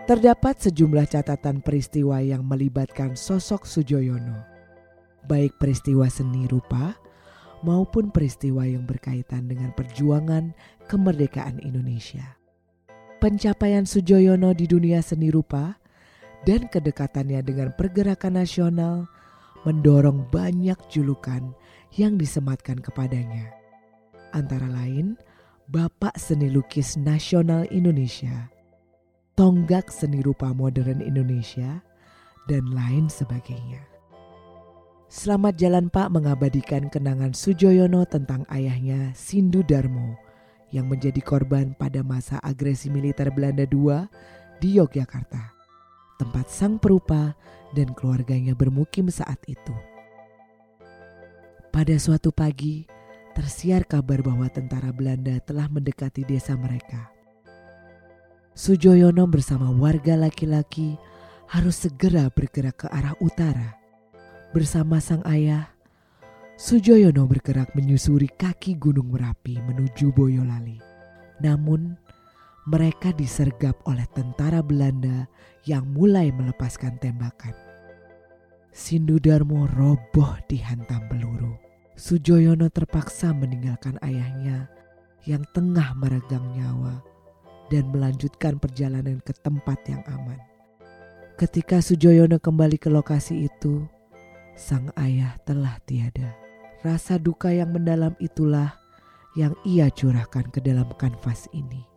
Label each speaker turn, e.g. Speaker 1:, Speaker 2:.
Speaker 1: Terdapat sejumlah catatan peristiwa yang melibatkan sosok Soejoyono, baik peristiwa seni rupa maupun peristiwa yang berkaitan dengan perjuangan kemerdekaan Indonesia. Pencapaian Soejoyono di dunia seni rupa dan kedekatannya dengan pergerakan nasional mendorong banyak julukan yang disematkan kepadanya. Antara lain, Bapak Seni Lukis Nasional Indonesia, Tonggak Seni Rupa Modern Indonesia, dan lain sebagainya. Selamat jalan Pak mengabadikan kenangan Soejoyono tentang ayahnya Sindu Darmo yang menjadi korban pada masa agresi militer Belanda II di Yogyakarta, tempat sang perupa dan keluarganya bermukim saat itu. Pada suatu pagi, tersiar kabar bahwa tentara Belanda telah mendekati desa mereka. Soejoyono bersama warga laki-laki harus segera bergerak ke arah utara. Bersama sang ayah, Soejoyono bergerak menyusuri kaki Gunung Merapi menuju Boyolali. Namun, mereka disergap oleh tentara Belanda yang mulai melepaskan tembakan. Sindu Darmo roboh dihantam peluru. Soejoyono terpaksa meninggalkan ayahnya yang tengah meregang nyawa dan melanjutkan perjalanan ke tempat yang aman. Ketika Soejoyono kembali ke lokasi itu, sang ayah telah tiada. Rasa duka yang mendalam itulah yang ia curahkan ke dalam kanvas ini.